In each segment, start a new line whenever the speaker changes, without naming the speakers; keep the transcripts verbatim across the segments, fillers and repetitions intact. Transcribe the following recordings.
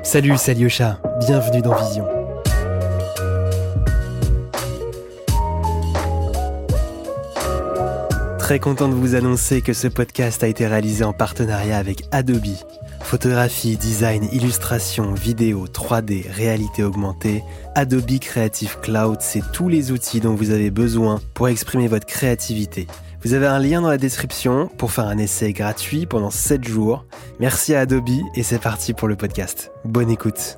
Salut, c'est Alyosha, bienvenue dans Vision. Très content de vous annoncer que ce podcast a été réalisé en partenariat avec Adobe. Photographie, design, illustration, vidéo, trois D, réalité augmentée, Adobe Creative Cloud, c'est tous les outils dont vous avez besoin pour exprimer votre créativité. Vous avez un lien dans la description pour faire un essai gratuit pendant sept jours. Merci à Adobe et c'est parti pour le podcast. Bonne écoute.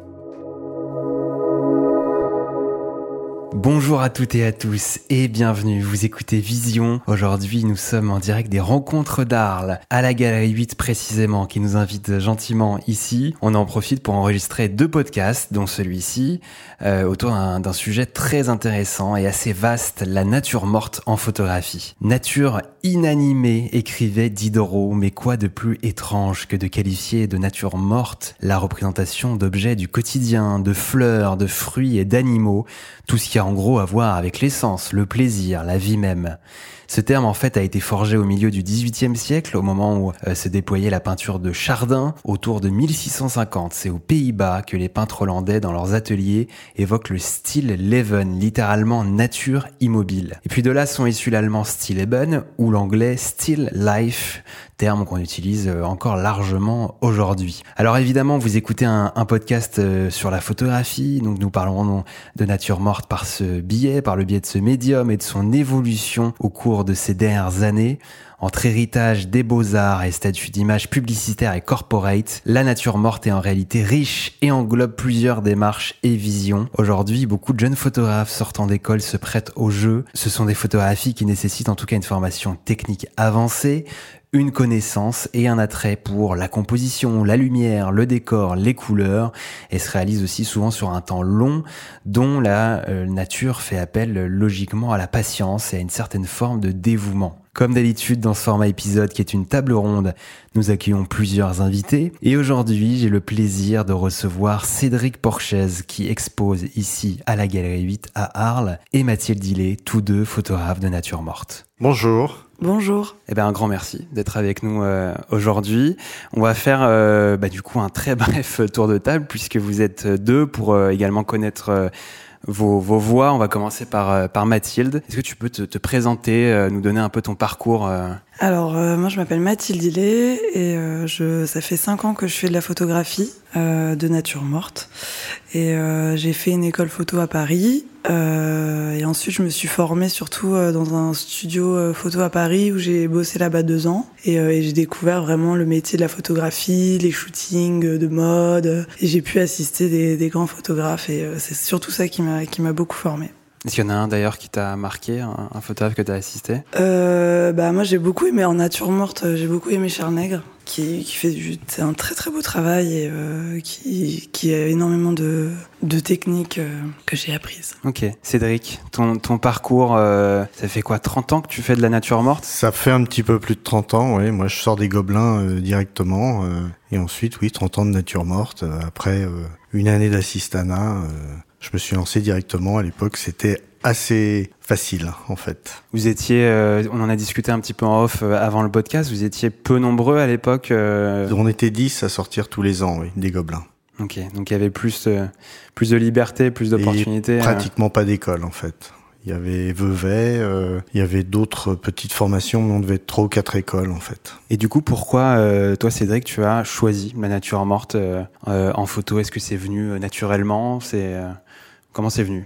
Bonjour à toutes et à tous et bienvenue, vous écoutez Vision. Aujourd'hui nous sommes en direct des rencontres d'Arles, à la Galerie huit précisément, qui nous invite gentiment ici. On en profite pour enregistrer deux podcasts, dont celui-ci, euh, autour d'un, d'un sujet très intéressant et assez vaste, la nature morte en photographie. Nature inanimée, écrivait Diderot, mais quoi de plus étrange que de qualifier de nature morte la représentation d'objets du quotidien, de fleurs, de fruits et d'animaux, tout ce qui a en gros à voir avec l'essence, le plaisir, la vie même. Ce terme en fait a été forgé au milieu du dix-huitième siècle, au moment où euh, se déployait la peinture de Chardin, autour de mille six cent cinquante. C'est aux Pays-Bas que les peintres hollandais, dans leurs ateliers, évoquent le style Leven, littéralement nature immobile. Et puis de là sont issus l'allemand Stilleben ou l'anglais Still Life, terme qu'on utilise encore largement aujourd'hui. Alors évidemment, vous écoutez un, un podcast sur la photographie, donc nous parlerons de nature morte par ce biais, par le biais de ce médium et de son évolution au cours de ces dernières années. Entre héritage des beaux-arts et statut d'image publicitaire et corporate, la nature morte est en réalité riche et englobe plusieurs démarches et visions. Aujourd'hui, beaucoup de jeunes photographes sortant d'école se prêtent au jeu. Ce sont des photographies qui nécessitent en tout cas une formation technique avancée, une connaissance et un attrait pour la composition, la lumière, le décor, les couleurs, et se réalise aussi souvent sur un temps long dont la euh, nature fait appel logiquement à la patience et à une certaine forme de dévouement. Comme d'habitude dans ce format épisode qui est une table ronde, nous accueillons plusieurs invités et aujourd'hui j'ai le plaisir de recevoir Cédric Porchez qui expose ici à la Galerie huit à Arles et Mathilde Dillet, tous deux photographes de nature morte.
Bonjour.
Bonjour.
Eh ben un grand merci d'être avec nous euh, aujourd'hui. On va faire euh, bah, du coup un très bref tour de table puisque vous êtes deux pour euh, également connaître euh, vos, vos voix. On va commencer par, euh, par Mathilde. Est-ce que tu peux te, te présenter, euh, nous donner un peu ton parcours euh...
Alors euh, moi je m'appelle Mathilde Dillet et euh, je, ça fait cinq ans que je fais de la photographie euh, de nature morte et euh, j'ai fait une école photo à Paris euh, et ensuite je me suis formée surtout euh, dans un studio euh, photo à Paris où j'ai bossé là-bas deux ans et, euh, et j'ai découvert vraiment le métier de la photographie, les shootings de mode et j'ai pu assister des, des grands photographes et euh, c'est surtout ça qui m'a, qui m'a beaucoup formée.
Est-ce qu'il y en a un d'ailleurs qui t'a marqué, un, un photographe que t'as assisté ?
euh, bah moi j'ai beaucoup aimé en nature morte, j'ai beaucoup aimé Charles Nègre qui, qui fait du, un très très beau travail et euh, qui, qui a énormément de, de techniques euh, que j'ai apprises.
Ok. Cédric, ton, ton parcours, euh, ça fait quoi, trente ans que tu fais de la nature morte ?
Ça fait un petit peu plus de trente ans, oui. Moi, je sors des Gobelins euh, directement. Euh, et ensuite, oui, trente ans de nature morte. Euh, après euh, une année d'assistanat, euh, je me suis lancé directement. À l'époque, c'était assez facile, en fait.
Vous étiez, euh, on en a discuté un petit peu en off euh, avant le podcast, vous étiez peu nombreux à l'époque euh...
On était dix à sortir tous les ans, oui, des Gobelins.
Ok, donc il y avait plus, euh, plus de liberté, plus d'opportunités.
Et pratiquement euh... pas d'école, en fait. Il y avait Vevey, euh, il y avait d'autres petites formations, mais on devait être trois ou quatre écoles, en fait.
Et du coup, pourquoi, euh, toi, Cédric, tu as choisi la nature morte euh, euh, en photo ? Est-ce que c'est venu euh, naturellement ? C'est, euh, comment c'est venu ?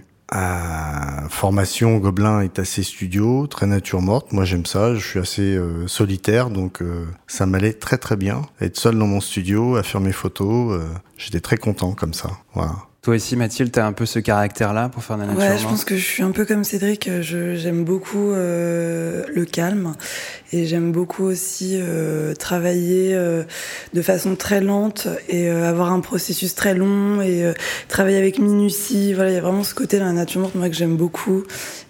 À formation, Gobelin est assez studio, très nature morte. Moi, j'aime ça. Je suis assez euh, solitaire, donc euh, ça m'allait très très bien. Être seul dans mon studio, à faire mes photos, euh, j'étais très content comme ça. Voilà.
Toi aussi, Mathilde, t'as un peu ce caractère-là pour faire de la nature
Ouais,
morte ?
je pense que je suis un peu comme Cédric. Je, j'aime beaucoup euh, le calme et j'aime beaucoup aussi euh, travailler euh, de façon très lente et euh, avoir un processus très long et euh, travailler avec minutie. Voilà, il y a vraiment ce côté de la nature morte moi que j'aime beaucoup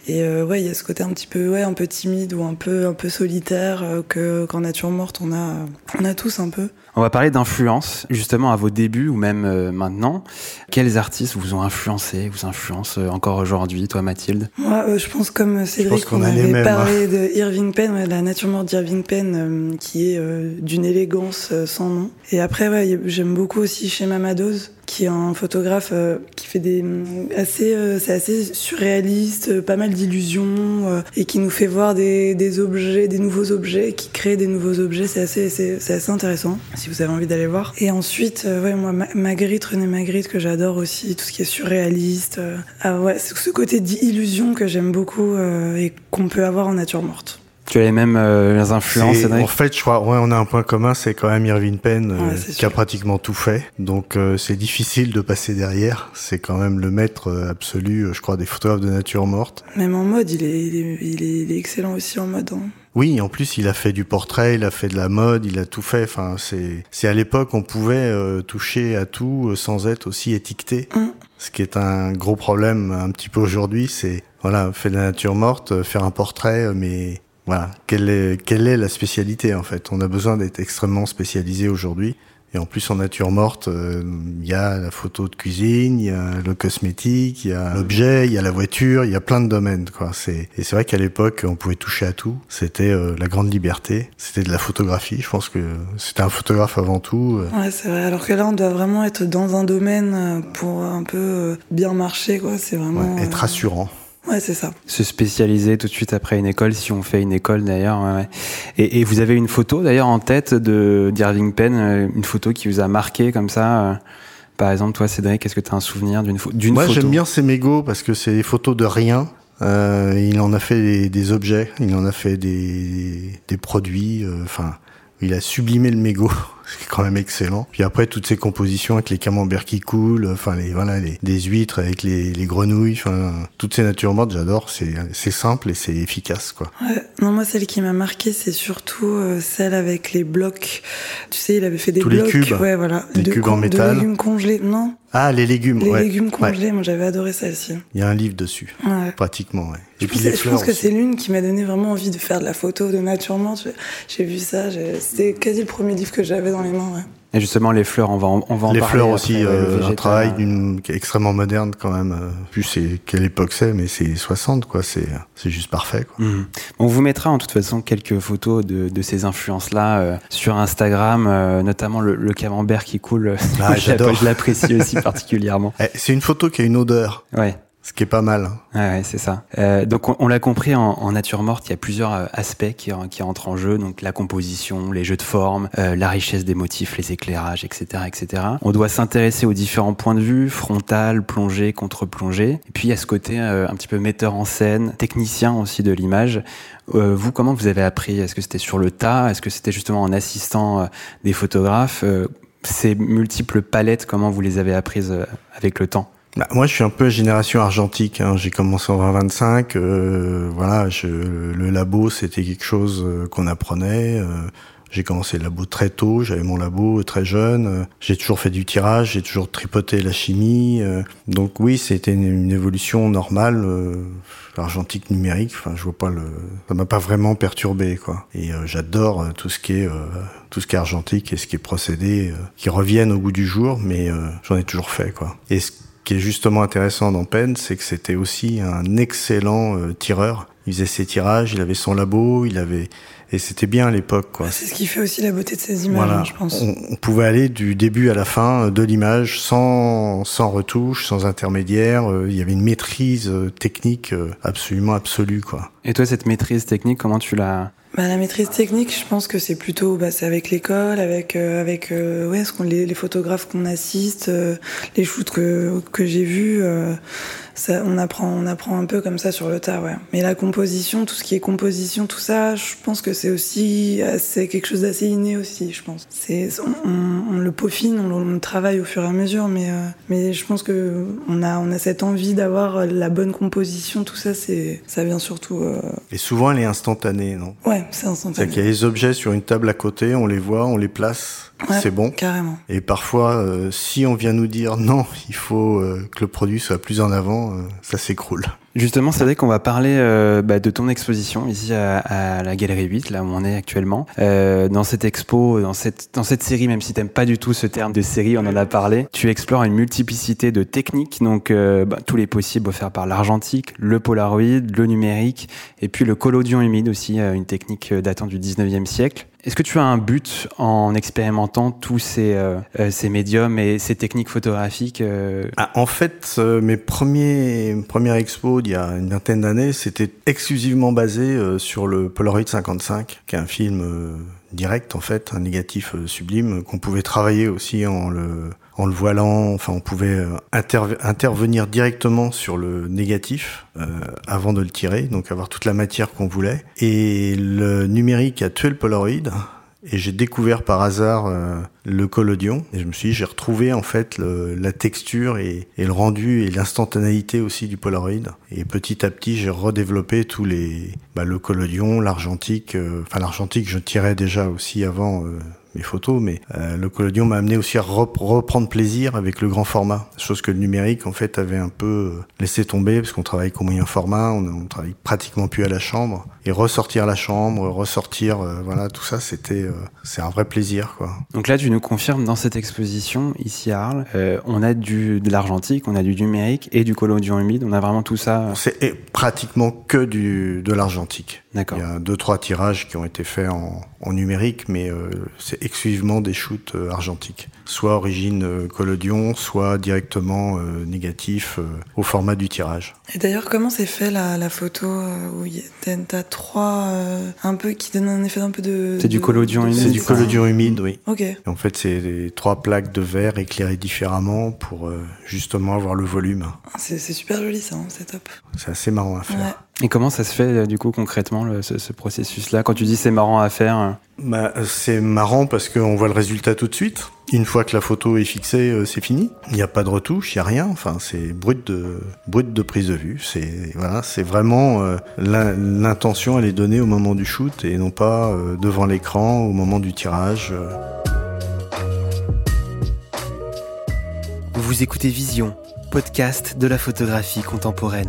Et euh, ouais, il y a ce côté un petit peu, ouais, un peu timide ou un peu, un peu solitaire euh, que qu'en nature morte on a, on a tous un peu.
On va parler d'influence, justement à vos débuts ou même euh, maintenant. Quels artistes vous ont influencé, vous influencent euh, encore aujourd'hui, toi Mathilde?
Moi, euh, je pense comme Cédric,
qu'on
on
a les
avait
mêmes,
parlé
hein.
de Irving Penn, ouais, la nature morte d'Irving Penn, euh, qui est euh, d'une élégance euh, sans nom. Et après, ouais, j'aime beaucoup aussi Shema Madoz, qui est un photographe euh, qui fait des assez, euh, c'est assez surréaliste, euh, pas mal d'illusions euh, et qui nous fait voir des, des objets, des nouveaux objets, qui crée des nouveaux objets. C'est assez, c'est, c'est assez intéressant si vous avez envie d'aller voir. Et ensuite, euh, ouais, moi, Magritte, René Magritte, que j'adore aussi, tout ce qui est surréaliste. Euh, ah ouais, c'est ce côté d'illusion que j'aime beaucoup euh, et qu'on peut avoir en nature morte.
Tu as les mêmes euh, influences, Cédric?
En fait, je crois, ouais, on a un point commun, c'est quand même Irving Penn euh,
ouais,
qui
sûr.
a pratiquement tout fait. Donc, euh, c'est difficile de passer derrière. C'est quand même le maître euh, absolu, euh, je crois, des photographes de nature morte.
Même en mode, il est, il est, il est, il est excellent aussi en mode. Hein.
Oui, en plus, il a fait du portrait, il a fait de la mode, il a tout fait. Enfin, c'est, c'est à l'époque, on pouvait euh, toucher à tout euh, sans être aussi étiqueté. Mm. Ce qui est un gros problème un petit peu aujourd'hui, c'est, voilà, faire de la nature morte, euh, faire un portrait, mais voilà, quelle est, quelle est la spécialité en fait? On a besoin d'être extrêmement spécialisé aujourd'hui. Et en plus, en nature morte, il euh, y a la photo de cuisine, il y a le cosmétique, il y a l'objet, il y a la voiture, il y a plein de domaines, quoi. C'est, et c'est vrai qu'à l'époque, on pouvait toucher à tout. C'était euh, la grande liberté. C'était de la photographie. Je pense que c'était un photographe avant tout.
Ouais, c'est vrai. Alors que là, on doit vraiment être dans un domaine pour un peu bien marcher, quoi. C'est vraiment...
Ouais, être rassurant.
Ouais, c'est ça.
Se spécialiser tout de suite après une école, si on fait une école d'ailleurs. Ouais, ouais. Et, et vous avez une photo d'ailleurs en tête de d'Irving Penn, une photo qui vous a marqué comme ça. Par exemple, toi, Cédric, est-ce que tu as un souvenir d'une, fo- d'une
Moi,
photo?
Moi, j'aime bien ces mégots parce que c'est des photos de rien. Euh, il en a fait des, des objets, il en a fait des, des produits. Enfin, euh, il a sublimé le mégot. C'est quand même excellent. Puis après, toutes ces compositions avec les camemberts qui coulent, enfin, les, voilà, les, des huîtres avec les, les grenouilles, enfin, toutes ces natures mortes, j'adore. C'est, c'est simple et c'est efficace, quoi.
Ouais. Non, moi, celle qui m'a marqué, c'est surtout euh, celle avec les blocs. Tu sais, il avait fait des
Tous
blocs.
les cubes.
Ouais, voilà.
Des
de
cubes
con-
en métal.
De légumes congelés. Non.
Ah, les légumes,
Les
ouais.
légumes congelés,
ouais.
moi, j'avais adoré celle-ci.
Il y a un livre dessus.
Ouais.
Pratiquement, ouais.
Et je puis pense, les fleurs je pense que aussi. C'est l'une qui m'a donné vraiment envie de faire de la photo de nature morte. J'ai vu ça, j'ai... c'était quasi le premier livre que j'avais dans les mains, ouais.
Et justement, les fleurs, on va en, on va en
les
parler.
Les fleurs aussi,
après,
euh,
ouais,
un travail d'une, qui est extrêmement moderne quand même. Euh, plus c'est quelle époque c'est, mais c'est soixante, quoi. C'est, c'est juste parfait, quoi.
Mmh. On vous mettra en toute façon quelques photos de, de ces influences-là euh, sur Instagram, euh, notamment le, le camembert qui coule.
Ah, j'adore.
Je l'apprécie aussi particulièrement.
Eh, c'est une photo qui a une odeur.
Ouais.
Ce qui est pas mal. Hein.
Ouais, ouais, c'est ça. Euh, donc on, on l'a compris, en, en nature morte, il y a plusieurs euh, aspects qui, qui entrent en jeu. Donc la composition, les jeux de forme, euh, la richesse des motifs, les éclairages, et cetera, et cetera. On doit s'intéresser aux différents points de vue, frontal, plongée, contre-plongée. Et puis il y a ce côté euh, un petit peu metteur en scène, technicien aussi de l'image. Euh, vous, comment vous avez appris? Est-ce que c'était sur le tas? Est-ce que c'était justement en assistant euh, des photographes? euh, Ces multiples palettes, comment vous les avez apprises euh, avec le temps?
Bah, moi, je suis un peu génération argentique. Hein. J'ai commencé en vingt vingt-cinq. Euh, voilà, je, le labo, c'était quelque chose qu'on apprenait. Euh, j'ai commencé le labo très tôt. J'avais mon labo très jeune. Euh, j'ai toujours fait du tirage. J'ai toujours tripoté la chimie. Euh, donc oui, c'était une, une évolution normale. Euh, argentique numérique. Enfin, je vois pas le. Ça m'a pas vraiment perturbé, quoi. Et euh, j'adore euh, tout ce qui est euh, tout ce qui est argentique et ce qui est procédé, euh, qui reviennent au goût du jour. Mais euh, j'en ai toujours fait, quoi. Et ce qui est justement intéressant dans Penn, c'est que c'était aussi un excellent euh, tireur. Il faisait ses tirages, il avait son labo, il avait et c'était bien à l'époque, quoi.
C'est ce qui fait aussi la beauté de ces images,
voilà.
hein, je pense.
On, on pouvait aller du début à la fin de l'image sans sans retouche, sans intermédiaire. Euh, il y avait une maîtrise euh, technique euh, absolument absolue, quoi.
Et toi, cette maîtrise technique, comment tu l'as?
Bah, la maîtrise technique, je pense que c'est plutôt, bah, c'est avec l'école, avec, euh, avec, euh, ouais, ce qu'on, les, les photographes qu'on assiste, euh, les shoots que, que j'ai vus, euh, ça, on apprend, on apprend un peu comme ça sur le tas, ouais. Mais la composition, tout ce qui est composition, tout ça, je pense que c'est aussi, c'est quelque chose d'assez inné aussi, je pense. C'est, on, on, on le peaufine, on, on le travaille au fur et à mesure, mais, euh, mais je pense que on a, on a cette envie d'avoir la bonne composition, tout ça, c'est, ça vient surtout. Euh...
Et souvent, elle est instantanée, non?
Ouais, c'est instantané.
C'est-à-dire qu'il y a les objets sur une table à côté, on les voit, on les place.
Ouais,
c'est bon.
Carrément.
Et parfois, euh, si on vient nous dire non, il faut euh, que le produit soit plus en avant, temps, euh, ça s'écroule.
Justement, c'est vrai qu'on va parler euh, bah, de ton exposition ici à, à la Galerie huit, là où on est actuellement. Euh, dans cette expo, dans cette, dans cette série, même si t'aimes pas du tout ce terme de série, on en a parlé, tu explores une multiplicité de techniques, donc euh, bah, tous les possibles offerts par l'argentique, le polaroid, le numérique, et puis le collodion humide aussi, euh, une technique datant du dix-neuvième siècle. Est-ce que tu as un but en expérimentant tous ces, euh, ces médiums et ces techniques photographiques euh...
ah, En fait, euh, mes premiers, premières expos il y a une vingtaine d'années, c'était exclusivement basé euh, sur le Polaroid cinquante-cinq, qui est un film euh, direct en fait, un négatif euh, sublime, qu'on pouvait travailler aussi en le... en le voilant, enfin on pouvait interve- intervenir directement sur le négatif euh, avant de le tirer, donc avoir toute la matière qu'on voulait. Et le numérique a tué le Polaroid, et j'ai découvert par hasard euh, le collodion, et je me suis dit, j'ai retrouvé en fait le, la texture et, et le rendu et l'instantanéité aussi du Polaroid. Et petit à petit, j'ai redéveloppé tous les, bah, le collodion, l'argentique, euh, enfin l'argentique je tirais déjà aussi avant euh, mes photos, mais euh, le collodion m'a amené aussi à rep- reprendre plaisir avec le grand format, chose que le numérique en fait avait un peu laissé tomber parce qu'on travaille qu'au moyen format, on, on travaille pratiquement plus à la chambre, et ressortir la chambre, ressortir, euh, voilà, tout ça, c'était, euh, c'est un vrai plaisir, quoi.
Donc là, tu nous confirmes dans cette exposition ici à Arles, euh, on a du de l'argentique, on a du numérique et du collodion humide, on a vraiment tout ça.
C'est pratiquement que du de l'argentique.
D'accord.
Il y a deux trois tirages qui ont été faits en, en numérique, mais euh, c'est exclusivement des shoots euh, argentiques, soit origine euh, collodion, soit directement euh, négatif euh, au format du tirage.
Et d'ailleurs, comment c'est fait la, la photo euh, où y a, t'as trois euh, un peu qui donnent un effet un peu de.
C'est du collodion humide.
C'est du collodion humide, oui.
Ok.
Et en fait, c'est des trois plaques de verre éclairées différemment pour euh, justement avoir le volume.
C'est, c'est super joli ça, hein, c'est top.
C'est assez marrant à faire.
Ouais.
Et comment ça se fait du coup concrètement le, ce, ce processus-là? Quand tu dis c'est marrant à faire,
bah, c'est marrant parce qu'on voit le résultat tout de suite. Une fois que la photo est fixée, euh, c'est fini. Il n'y a pas de retouche, il n'y a rien. Enfin, c'est brut de brut de prise de vue. C'est voilà, c'est vraiment euh, l'intention, elle est donnée au moment du shoot et non pas euh, devant l'écran au moment du tirage. Euh.
Vous écoutez Vision, podcast de la photographie contemporaine.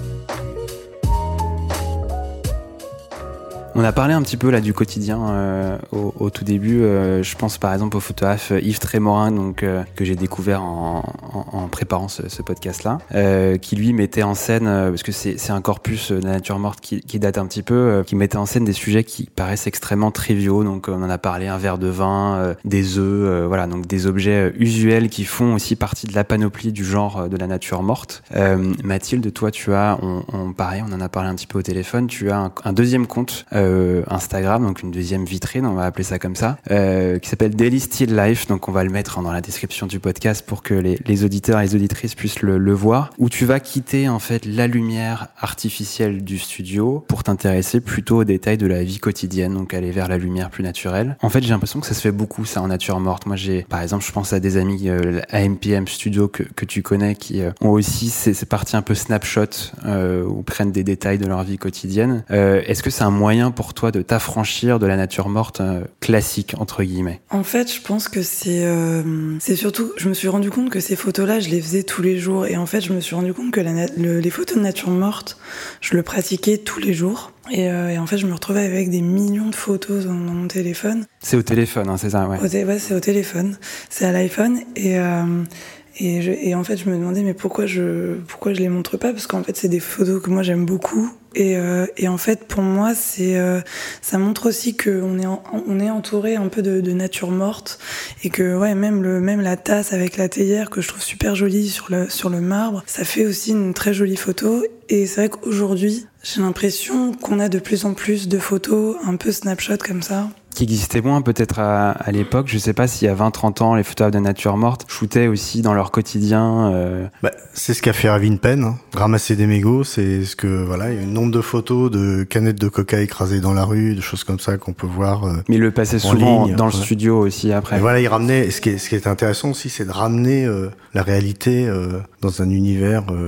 On a parlé un petit peu là du quotidien euh, au, au tout début. Euh, je pense par exemple au photographe Yves Trémorin, donc euh, que j'ai découvert en, en, en préparant ce, ce podcast-là, euh, qui lui mettait en scène, euh, parce que c'est, c'est un corpus de la nature morte qui, qui date un petit peu, euh, qui mettait en scène des sujets qui paraissent extrêmement triviaux. Donc on en a parlé, un verre de vin, euh, des œufs, euh, voilà, donc des objets usuels qui font aussi partie de la panoplie du genre de la nature morte. Euh, Mathilde, toi, tu as, on, on pareil, on en a parlé un petit peu au téléphone. Tu as un, un deuxième compte. Euh, Euh, Instagram, donc une deuxième vitrine, on va appeler ça comme ça, euh, qui s'appelle Daily Still Life, donc on va le mettre dans la description du podcast pour que les, les auditeurs et les auditrices puissent le, le voir, où tu vas quitter en fait la lumière artificielle du studio pour t'intéresser plutôt aux détails de la vie quotidienne, donc aller vers la lumière plus naturelle. En fait, j'ai l'impression que ça se fait beaucoup ça en nature morte. Moi, j'ai, par exemple, je pense à des amis euh, A M P M Studio que, que tu connais, qui euh, ont aussi ces, ces parties un peu snapshot euh, où prennent des détails de leur vie quotidienne. Euh, est-ce que c'est un moyen pour toi de t'affranchir de la nature morte euh, classique entre guillemets?
En fait, je pense que c'est euh, c'est surtout, je me suis rendu compte que ces photos-là, je les faisais tous les jours, et en fait, je me suis rendu compte que la na- le, les photos de nature morte, je le pratiquais tous les jours. Et, euh, et en fait, je me retrouvais avec des millions de photos dans, dans mon téléphone.
C'est au téléphone, hein, c'est ça, ouais.
Au té- ouais, c'est au téléphone, c'est à l'iPhone, et euh, et, je, et en fait, je me demandais mais pourquoi je pourquoi je les montre pas, parce qu'en fait, c'est des photos que moi j'aime beaucoup. Et, euh, et en fait, pour moi, c'est, euh, ça montre aussi qu'on est, en, on est entouré un peu de, de nature morte, et que ouais, même le, même la tasse avec la théière que je trouve super jolie sur le, sur le marbre, ça fait aussi une très jolie photo. Et c'est vrai qu'aujourd'hui, j'ai l'impression qu'on a de plus en plus de photos un peu snapshot comme ça.
Qui existait moins peut-être à, à l'époque. Je sais pas s'il y a vingt trente ans, les photographes de nature morte shootaient aussi dans leur quotidien. Euh...
Bah, c'est ce qu'a fait Ravin Penn, hein. Ramasser des mégots, c'est ce que, voilà, il y a un nombre de photos de canettes de coca écrasées dans la rue, de choses comme ça qu'on peut voir. Euh,
Mais il le passait souvent
ligne,
dans
ouais.
le studio aussi après.
Et voilà, il ramenait, ce qui est, ce qui est intéressant aussi, c'est de ramener euh, la réalité euh, dans un univers euh,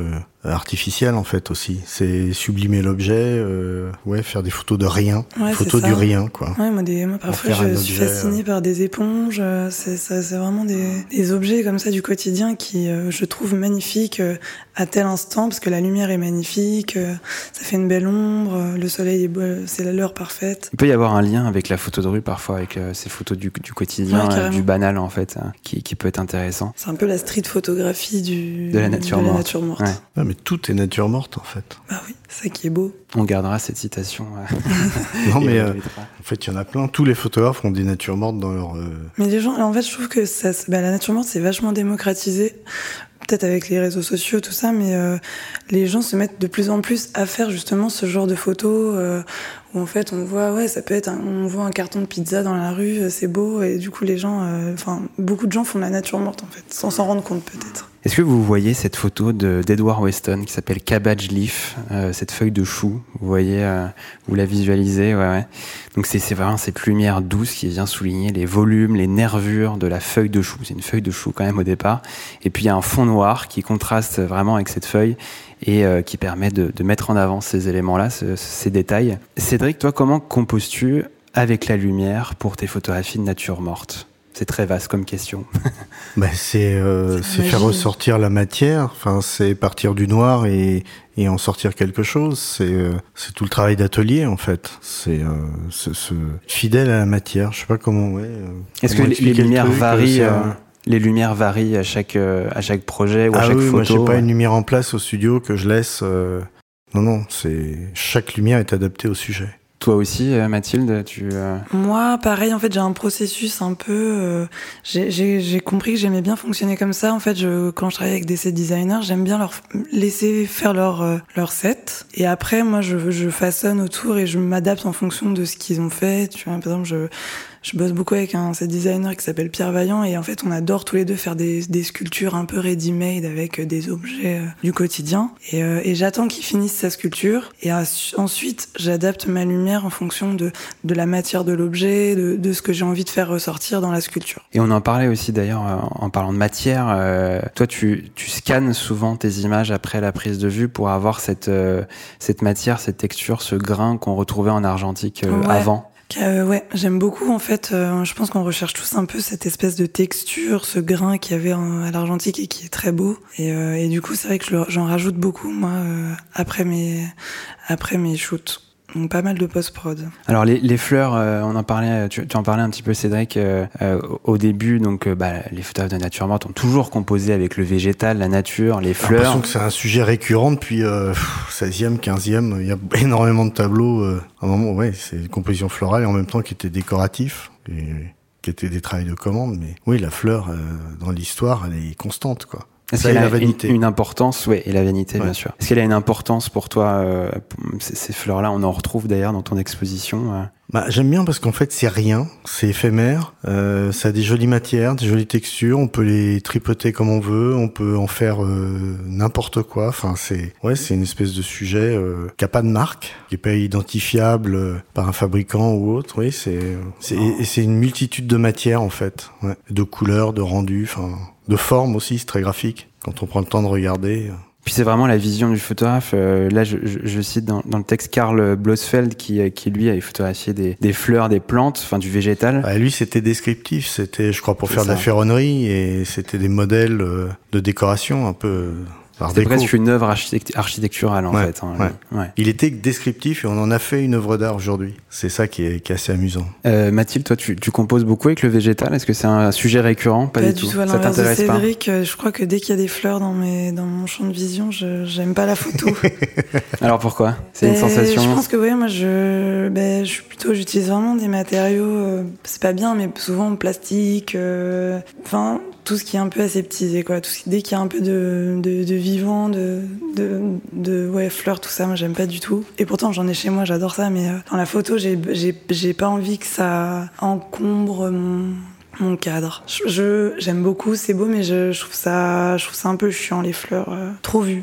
artificielle en fait aussi. C'est sublimer l'objet, euh, ouais, faire des photos de rien,
ouais,
photos du rien quoi.
Ouais, moi, des, moi parfois je suis objet, fascinée euh... par des éponges. C'est, ça, c'est vraiment des, des objets comme ça du quotidien qui euh, je trouve magnifiques euh, à tel instant parce que la lumière est magnifique, euh, ça fait une belle ombre, euh, le soleil est beau, c'est la lueur parfaite.
Il peut y avoir un lien avec la photo de rue parfois, avec euh, ces photos du, du quotidien, ouais, euh, du banal en fait, euh, qui, qui peut être intéressant.
C'est un peu la street photographie du,
de la nature
de
morte.
La nature morte.
Ouais.
Ouais, mais tout est nature morte en fait.
Bah oui, c'est ça qui est beau.
On gardera cette citation. Euh,
non mais euh, en fait il y en a plein. Tous les photographes ont des natures mortes dans leur. Euh...
Mais les gens, en fait, je trouve que ça, bah, la nature morte c'est vachement démocratisé. Peut-être avec les réseaux sociaux, tout ça, mais euh, les gens se mettent de plus en plus à faire justement ce genre de photos euh, où en fait on voit, ouais, ça peut être, un, on voit un carton de pizza dans la rue, c'est beau, et du coup les gens, enfin euh, beaucoup de gens font de la nature morte en fait, sans s'en rendre compte peut-être.
Est-ce que vous voyez cette photo de, d'Edward Weston qui s'appelle Cabbage Leaf, euh, cette feuille de chou, vous voyez, euh, vous la visualisez, ouais, ouais. Donc c'est, c'est vraiment cette lumière douce qui vient souligner les volumes, les nervures de la feuille de chou. C'est une feuille de chou quand même au départ. Et puis il y a un fond noir qui contraste vraiment avec cette feuille et euh, qui permet de, de mettre en avant ces éléments-là, ce, ces détails. Cédric, toi, comment composes-tu avec la lumière pour tes photographies de nature morte ? C'est très vaste comme question.
bah c'est euh, c'est, c'est faire ressortir la matière. Enfin, c'est partir du noir et et en sortir quelque chose. C'est euh, c'est tout le travail d'atelier en fait. C'est euh, c'est, c'est fidèle à la matière. Je sais pas comment. Ouais. Euh,
Est-ce
comment
que les, les lumières
truc,
varient
euh,
euh, Les lumières varient à chaque euh, à chaque projet ou à
ah
chaque
oui,
photo.
Moi, j'ai pas
ouais.
une lumière en place au studio que je laisse. Euh... Non, non. C'est chaque lumière est adaptée au sujet.
Toi aussi, Mathilde, tu... Euh...
Moi, pareil, en fait, j'ai un processus un peu... Euh, j'ai, j'ai, j'ai compris que j'aimais bien fonctionner comme ça. En fait, je, quand je travaille avec des set designers, j'aime bien leur laisser faire leur, euh, leur set. Et après, moi, je, je façonne autour et je m'adapte en fonction de ce qu'ils ont fait. Tu vois, par exemple, je... Je bosse beaucoup avec un set designer qui s'appelle Pierre Vaillant et en fait on adore tous les deux faire des, des sculptures un peu ready-made avec des objets euh, du quotidien et, euh, et j'attends qu'il finisse sa sculpture et à, ensuite j'adapte ma lumière en fonction de, de la matière de l'objet, de, de ce que j'ai envie de faire ressortir dans la sculpture.
Et on en parlait aussi d'ailleurs en parlant de matière, euh, toi tu, tu scannes souvent tes images après la prise de vue pour avoir cette, euh, cette matière, cette texture, ce grain qu'on retrouvait en argentique euh,
ouais.
avant.
Euh, ouais, j'aime beaucoup en fait. Euh, je pense qu'on recherche tous un peu cette espèce de texture, ce grain qu'il y avait en, à l'argentique et qui est très beau. Et, euh, et du coup, c'est vrai que je, j'en rajoute beaucoup moi euh, après mes après mes shoots. Donc pas mal de post-prod.
Alors les, les fleurs, euh, on en parlait, tu, tu en parlais un petit peu Cédric euh, euh, au début. Donc euh, bah, les photographes de nature morte ont toujours composé avec le végétal, la nature, les fleurs. J'ai
l'impression que c'est un sujet récurrent depuis euh, seizième, quinzième. Il y a énormément de tableaux. Euh, à un moment, ouais, c'est une composition florale et en même temps qui était décoratif et qui était des travails de commande. Mais oui, la fleur euh, dans l'histoire, elle est constante, quoi.
Est-ce
ça
qu'elle
et
a
la vanité.
Une, une importance, oui, et la vanité,
ouais.
bien sûr. Est-ce qu'elle a une importance pour toi, euh, ces, ces fleurs-là, on en retrouve d'ailleurs dans ton exposition euh...
Bah, j'aime bien parce qu'en fait, c'est rien, c'est éphémère, euh, ça a des jolies matières, des jolies textures, on peut les tripoter comme on veut, on peut en faire euh, n'importe quoi. Enfin, c'est, ouais, c'est une espèce de sujet euh, qui a pas de marque, qui est pas identifiable euh, par un fabricant ou autre. Oui, c'est, c'est, et c'est une multitude de matières en fait, ouais. De couleurs, de rendus, enfin, de formes aussi, c'est très graphique quand on prend le temps de regarder.
Puis c'est vraiment la vision du photographe. Euh, là, je, je, je cite dans, dans le texte Karl Blosfeld qui, qui lui avait photographié des, des fleurs, des plantes, enfin du végétal.
Ah, lui, c'était descriptif. C'était, je crois, pour
c'est
faire
ça.
de la ferronnerie et c'était des modèles de décoration un peu.
C'était presque une œuvre architect- architecturale en
ouais,
fait. Hein,
ouais. Ouais. Il était descriptif et on en a fait une œuvre d'art aujourd'hui. C'est ça qui est, qui est assez amusant.
Euh, Mathilde, toi, tu, tu composes beaucoup avec le végétal. Est-ce que c'est un sujet récurrent ? Pas,
pas
du tout.
tout. À
Ça t'intéresse
de
pas ?
Cédric, je crois que dès qu'il y a des fleurs dans mes dans mon champ de vision, je j'aime pas la photo.
Alors pourquoi ? C'est
ben,
une sensation.
Je pense que ouais, moi je ben je suis plutôt j'utilise vraiment des matériaux. Euh, c'est pas bien, mais souvent plastique. Enfin. Euh, tout ce qui est un peu aseptisé, quoi. Tout ce, dès qu'il y a un peu de, de, de vivant, de, de, de ouais, fleurs, tout ça, moi, j'aime pas du tout. Et pourtant, j'en ai chez moi, j'adore ça, mais euh, dans la photo, j'ai, j'ai, j'ai pas envie que ça encombre mon, mon cadre. Je, je, j'aime beaucoup, c'est beau, mais je, je trouve ça, je trouve ça un peu chiant, les fleurs, euh, trop vues.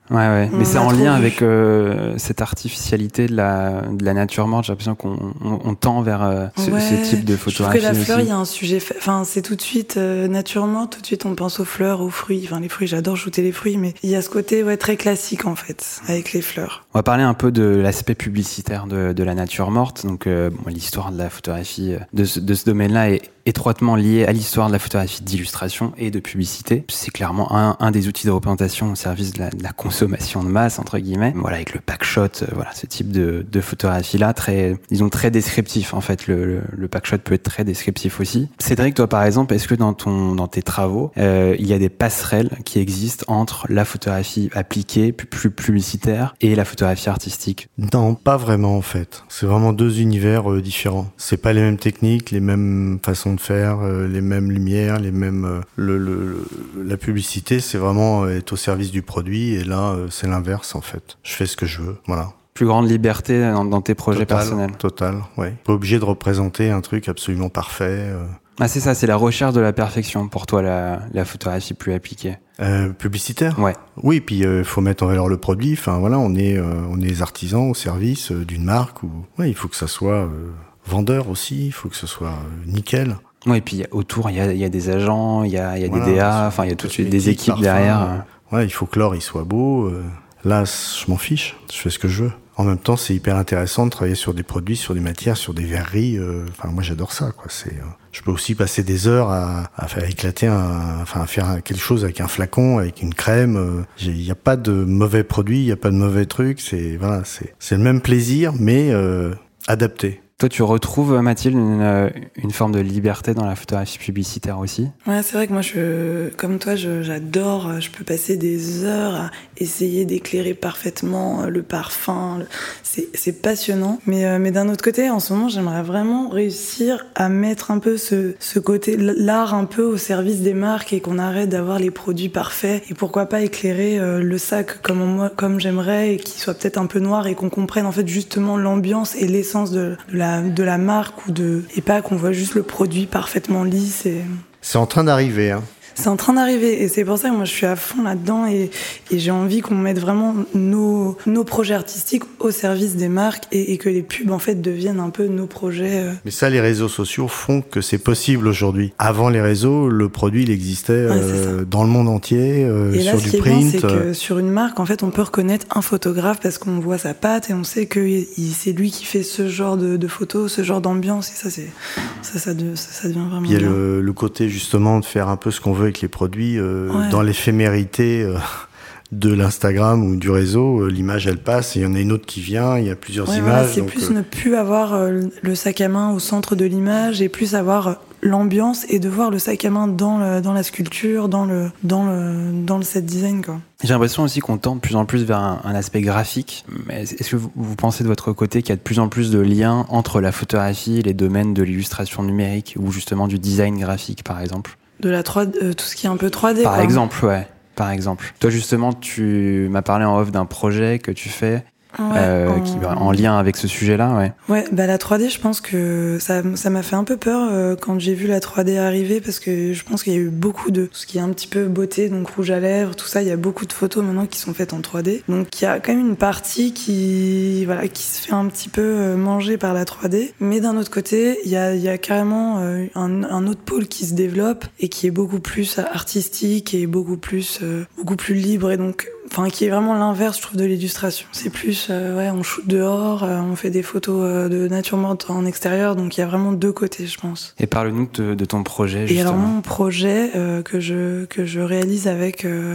Ouais, ouais.
On
Mais c'est
a
en
trop
lien
vu.
avec euh, cette artificialité de la, de la nature morte. J'ai l'impression qu'on on, on tend vers euh, ce,
Ouais,
ce type de
je trouve
photographie
que la fleur,
aussi.
il y a un sujet. fa- Enfin, c'est tout de suite euh, nature morte. Tout de suite, on pense aux fleurs, aux fruits. Enfin, les fruits, j'adore shooter les fruits, mais il y a ce côté ouais très classique en fait avec les fleurs.
On va parler un peu de l'aspect publicitaire de, de la nature morte. Donc, euh, bon, l'histoire de la photographie euh, de ce, de ce domaine-là est étroitement liée à l'histoire de la photographie d'illustration et de publicité. C'est clairement un, un des outils de représentation au service de la, de la consommation de masse, entre guillemets. Voilà, avec le packshot, euh, voilà, ce type de, de photographie-là, très, disons, très descriptif. En fait, le, le, le packshot peut être très descriptif aussi. Cédric, toi, par exemple, est-ce que dans ton, dans tes travaux, euh, il y a des passerelles qui existent entre la photographie appliquée, plus, plus publicitaire, et la photographie artistique?
Non, pas vraiment en fait. C'est vraiment deux univers euh, différents. C'est pas les mêmes techniques, les mêmes façons de faire, euh, les mêmes lumières, les mêmes. Euh, le, le, le- la publicité, c'est vraiment euh, être au service du produit, et là, euh, c'est l'inverse en fait. Je fais ce que je veux, voilà.
Plus grande liberté dans, dans tes projets
Total,
personnels.
Total, ouais. Pas obligé de représenter un truc absolument parfait. Euh,
Ah, c'est ça, c'est la recherche de la perfection pour toi, la, la photographie plus appliquée.
euh, publicitaire.
Ouais.
Oui, puis il euh, faut mettre en valeur le produit. Enfin voilà, on est euh, on est des artisans au service euh, d'une marque. Ou ouais, il faut que ça soit euh, vendeur aussi. Il faut que ce soit euh, nickel.
Ouais, et puis autour, il y a, il y a des agents, il y a, il y a
Voilà,
des D A, enfin, il y a tout de suite des
cosmétique,
équipes
parfum,
derrière.
euh, Ouais, il faut que l'or il soit beau. euh. Là, je m'en fiche. Je fais ce que je veux. En même temps, c'est hyper intéressant de travailler sur des produits, sur des matières, sur des verreries. euh, Enfin, moi, j'adore ça, quoi. C'est. euh, Je peux aussi passer des heures à, à faire éclater, un, enfin, à faire quelque chose avec un flacon, avec une crème. euh. Il n'y a pas de mauvais produits, il n'y a pas de mauvais trucs. C'est voilà, c'est c'est le même plaisir, mais euh, adapté.
Toi, tu retrouves, Mathilde, une, une forme de liberté dans la photographie publicitaire aussi?
Ouais, c'est vrai que moi, je, comme toi, je, j'adore. Je peux passer des heures à essayer d'éclairer parfaitement le parfum. le- C'est, c'est passionnant. Mais, euh, mais d'un autre côté, en ce moment, j'aimerais vraiment réussir à mettre un peu ce, ce côté, l'art un peu au service des marques et qu'on arrête d'avoir les produits parfaits. Et pourquoi pas éclairer euh, le sac comme moi, comme j'aimerais et qu'il soit peut-être un peu noir et qu'on comprenne en fait justement l'ambiance et l'essence de, de la de la marque ou de et pas qu'on voit juste le produit parfaitement lisse et
C'est en train d'arriver, hein.
c'est en train d'arriver et c'est pour ça que moi je suis à fond là-dedans et, et j'ai envie qu'on mette vraiment nos, nos projets artistiques au service des marques et, et que les pubs en fait deviennent un peu nos projets. euh.
Mais ça, les réseaux sociaux font que c'est possible aujourd'hui. Avant les réseaux, le produit, il existait
Ouais,
euh, dans le monde entier, euh,
Et là,
sur
ce
du
qui est bien,
print.
c'est
euh.
que sur une marque, en fait, on peut reconnaître un photographe parce qu'on voit sa patte et on sait que il- c'est lui qui fait ce genre de, de photos, ce genre d'ambiance. Et ça, c'est ça, ça, de- ça, ça devient vraiment
Puis il y a
bien.
le, le côté justement de faire un peu ce qu'on veut avec les produits euh,
Ouais.
dans l'éphémérité euh, de l'Instagram ou du réseau. euh, L'image, elle passe et il y en a une autre qui vient. Il y a plusieurs
Ouais,
images.
voilà, c'est
donc,
plus
euh,
ne plus avoir euh, le sac à main au centre de l'image et plus avoir euh, l'ambiance et de voir le sac à main dans, le, dans la sculpture, dans le, dans le, dans le set design, quoi.
J'ai l'impression aussi qu'on tend de plus en plus vers un, un aspect graphique. Mais est-ce que vous, vous pensez de votre côté qu'il y a de plus en plus de liens entre la photographie et les domaines de l'illustration numérique ou justement du design graphique, par exemple?
De la trois D, euh, tout ce qui est un peu trois D,
Par
quoi.
exemple, ouais. Par exemple. Toi, justement, tu m'as parlé en off d'un projet que tu fais
Ouais,
euh,
en-
qui en lien avec ce sujet-là, ouais.
Ouais, bah la trois D, je pense que ça ça m'a fait un peu peur euh, quand j'ai vu la trois D arriver parce que je pense qu'il y a eu beaucoup de tout ce qui est un petit peu beauté, donc rouge à lèvres, tout ça, il y a beaucoup de photos maintenant qui sont faites en trois D. Donc il y a quand même une partie qui voilà, qui se fait un petit peu euh, manger par la trois D, mais d'un autre côté, il y a il y a carrément euh, un un autre pôle qui se développe et qui est beaucoup plus artistique et beaucoup plus euh, beaucoup plus libre et donc enfin qui est vraiment l'inverse, je trouve, de l'illustration. C'est plus euh, ouais, on shoot dehors, euh, on fait des photos euh, de nature morte en extérieur, donc il y a vraiment deux côtés, je pense.
Et parle-nous de, de ton projet,
Et
justement.
alors mon projet euh, que je que je réalise avec euh,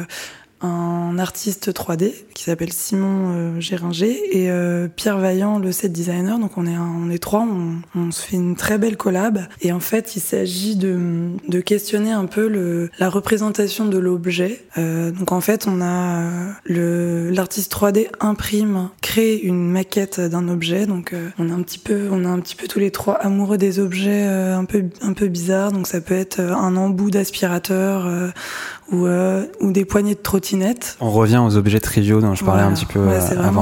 un artiste trois D qui s'appelle Simon euh, Géringer et euh, Pierre Vaillant, le set designer. Donc on est un, on est trois, on, on se fait une très belle collab. Et en fait, il s'agit de de questionner un peu le la représentation de l'objet. Euh, donc en fait, on a euh, le l'artiste trois D imprime, crée une maquette d'un objet. Donc euh, on est un petit peu on est un petit peu tous les trois amoureux des objets euh, un peu un peu bizarres. Donc ça peut être un embout d'aspirateur. Euh, ou, euh, ou des poignées de trottinette.
On revient aux objets triviaux dont je parlais
Voilà.
un petit peu
ouais,
euh,
c'est vraiment
avant.
voilà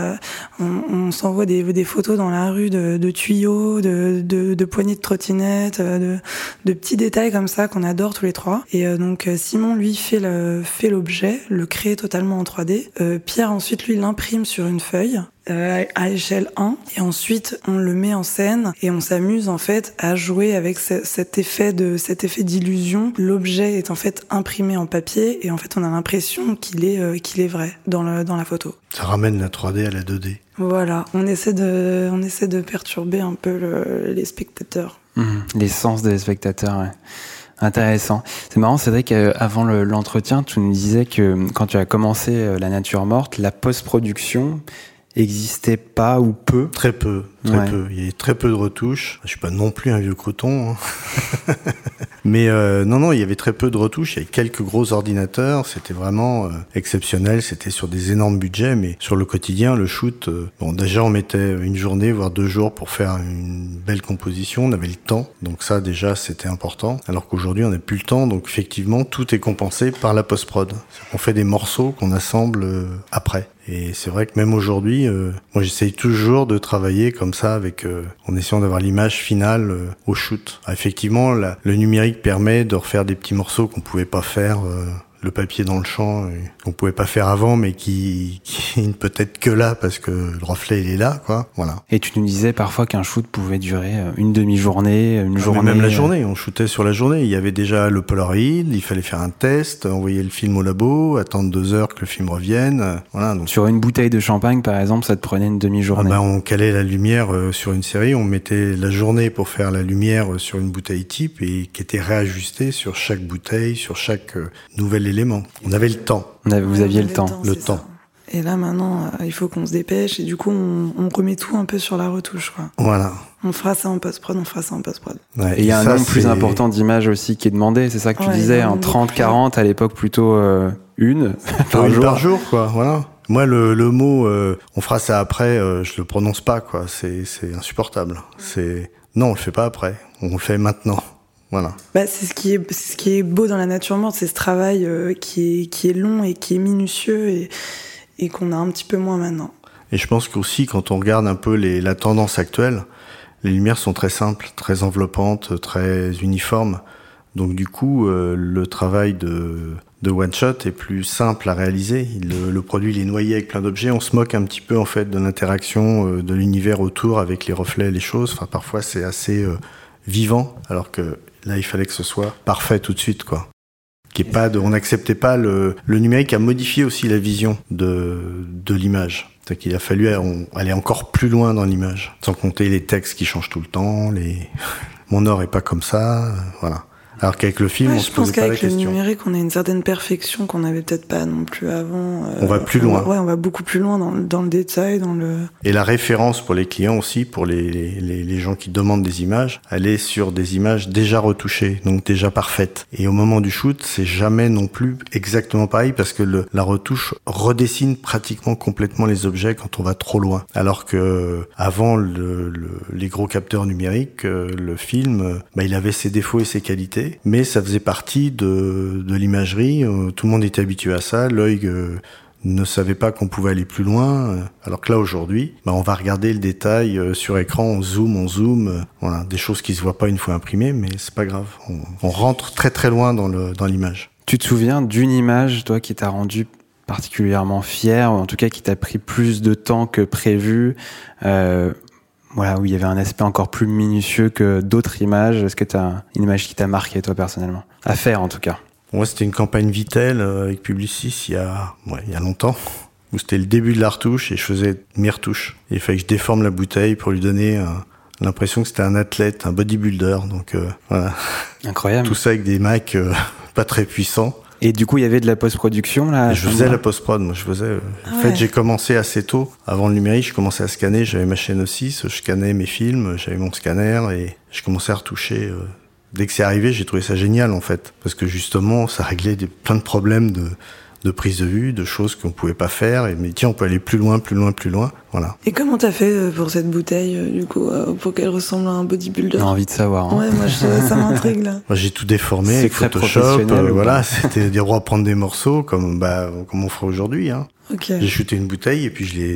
a, on, on s'envoie des, des photos dans la rue de, de tuyaux, de, de, de poignées de trottinettes, de, de petits détails comme ça qu'on adore tous les trois. Et euh, donc Simon, lui, fait, le, fait l'objet, le crée totalement en trois D. Euh, Pierre, ensuite, lui, l'imprime sur une feuille. Euh, à échelle un, et ensuite on le met en scène et on s'amuse en fait à jouer avec ce, cet effet de cet effet d'illusion. L'objet est en fait imprimé en papier et en fait on a l'impression qu'il est euh, qu'il est vrai dans le dans la photo.
Ça ramène la trois D à la deux D.
Voilà, on essaie de on essaie de perturber un peu le, les spectateurs.
Mmh, les sens des spectateurs. Ouais. Intéressant. C'est marrant, c'est vrai qu'avant le, l'entretien, tu nous disais que quand tu as commencé La Nature Morte, la post-production existait pas ou peu.
Très peu, très
ouais.
peu. Il y avait très peu de retouches. Je suis pas non plus un vieux coton, hein. Mais euh, non, non, il y avait très peu de retouches. Il y avait quelques gros ordinateurs. C'était vraiment euh, exceptionnel. C'était sur des énormes budgets, mais sur le quotidien, le shoot, euh, bon, déjà on mettait une journée, voire deux jours pour faire une belle composition. On avait le temps, donc ça déjà c'était important. Alors qu'aujourd'hui on n'a plus le temps, donc effectivement tout est compensé par la post-prod. On fait des morceaux qu'on assemble euh, après. Et c'est vrai que même aujourd'hui, euh, moi j'essaye toujours de travailler comme ça, avec euh, en essayant d'avoir l'image finale euh, au shoot. Ah, effectivement, la, le numérique permet de refaire des petits morceaux qu'on pouvait pas faire, euh, le papier dans le champ, euh, qu'on pouvait pas faire avant, mais qui, qui ne peut être que là parce que le reflet il est là, quoi. Voilà.
Et tu nous disais parfois qu'un shoot pouvait durer une demi-journée, une
ah,
journée.
Même la journée, on shootait sur la journée. Il y avait déjà le Polaroid, il fallait faire un test, envoyer le film au labo, attendre deux heures que le film revienne. Voilà. Donc
sur une bouteille de champagne, par exemple, ça te prenait une demi-journée.
Ah ben, on calait la lumière euh, sur une série, on mettait la journée pour faire la lumière euh, sur une bouteille type et qui était réajustée sur chaque bouteille, sur chaque euh, nouvel élément. On avait le temps.
On avait, vous
ouais,
aviez
le
le temps.
temps
Le temps.
Ça. Et là maintenant, euh, il faut qu'on se dépêche et du coup on, on remet tout un peu sur la retouche, quoi.
Voilà.
On fera ça en post-prod, on fera ça en post-prod.
Ouais, et il y a un nombre plus important d'images aussi qui est demandé, c'est ça que tu
ouais,
disais, en trente quarante, à l'époque plutôt euh, une par
une
jour.
par jour, quoi, voilà. Moi, le, le mot euh, on fera ça après, euh, je le prononce pas, quoi. C'est, c'est insupportable. C'est non, on le fait pas après, on le fait maintenant. Voilà.
Bah, c'est ce qui est, c'est ce qui est beau dans La Nature Morte, c'est ce travail euh, qui est, qui est long et qui est minutieux et, et qu'on a un petit peu moins maintenant.
Et je pense qu'aussi, quand on regarde un peu les, la tendance actuelle, les lumières sont très simples, très enveloppantes, très uniformes. Donc du coup, euh, le travail de, de One Shot est plus simple à réaliser. Le, le produit, il est noyé avec plein d'objets. On se moque un petit peu en fait de l'interaction euh, de l'univers autour avec les reflets, les choses. Enfin, parfois, c'est assez euh, vivant, alors que là, il fallait que ce soit parfait tout de suite, quoi. Qu'il y ait pas de, on n'acceptait pas le, le numérique a modifié aussi la vision de, de l'image. C'est qu'il a fallu aller encore plus loin dans l'image. Sans compter les textes qui changent tout le temps, les, mon or est pas comme ça, voilà. Alors qu'avec le film,
ouais,
on se posait pas la question. Je pense
qu'avec le numérique, on a une certaine perfection qu'on n'avait peut-être pas non plus avant.
Euh, on va plus loin.
Ouais, on va beaucoup plus loin dans, dans le détail, dans le...
Et la référence pour les clients aussi, pour les, les, les gens qui demandent des images, elle est sur des images déjà retouchées, donc déjà parfaites. Et au moment du shoot, c'est jamais non plus exactement pareil parce que le, la retouche redessine pratiquement complètement les objets quand on va trop loin. Alors que avant le, le, les gros capteurs numériques, le film, bah, il avait ses défauts et ses qualités. Mais ça faisait partie de, de l'imagerie, euh, tout le monde était habitué à ça, l'œil euh, ne savait pas qu'on pouvait aller plus loin, euh, alors que là aujourd'hui, bah, on va regarder le détail euh, sur écran, on zoome, on zoome, euh, voilà, des choses qui se voient pas une fois imprimées, mais c'est pas grave, on, on rentre très très loin dans, le, dans l'image.
Tu te souviens d'une image, toi, qui t'a rendu particulièrement fier, ou en tout cas qui t'a pris plus de temps que prévu, euh, voilà, où il y avait un aspect encore plus minutieux que d'autres images? Est-ce que tu as une image qui t'a marqué, toi, personnellement? À faire, en tout cas.
Moi, c'était une campagne Vitel euh, avec Publicis il y a, ouais, il y a longtemps, où c'était le début de la retouche et je faisais mes retouches. Et il fallait que je déforme la bouteille pour lui donner euh, l'impression que c'était un athlète, un bodybuilder. Donc euh, voilà.
Incroyable.
Tout ça avec des Macs euh, pas très puissants.
Et du coup, il y avait de la post-production là.
Et je faisais la post-prod, moi je faisais. Euh,
ah
en
ouais.
fait, j'ai commencé assez tôt. Avant le numérique, je commençais à scanner. J'avais ma chaîne aussi, je scannais mes films, j'avais mon scanner et je commençais à retoucher. Euh, dès que c'est arrivé, j'ai trouvé ça génial en fait, parce que justement, ça réglait des, plein de problèmes de, de prise de vue, de choses qu'on pouvait pas faire. Et mais tiens, on peut aller plus loin, plus loin, plus loin. Voilà.
Et comment t'as fait pour cette bouteille, du coup, pour qu'elle ressemble à un bodybuilder?
J'ai envie de savoir. Hein.
Ouais, moi, je, ça m'intrigue, là.
Moi, j'ai tout déformé avec
Secret
Photoshop.
professionnel,
Euh, voilà, c'était dire reprendre des morceaux comme, bah, comme on ferait aujourd'hui, hein.
Ok.
J'ai shooté une bouteille et puis je l'ai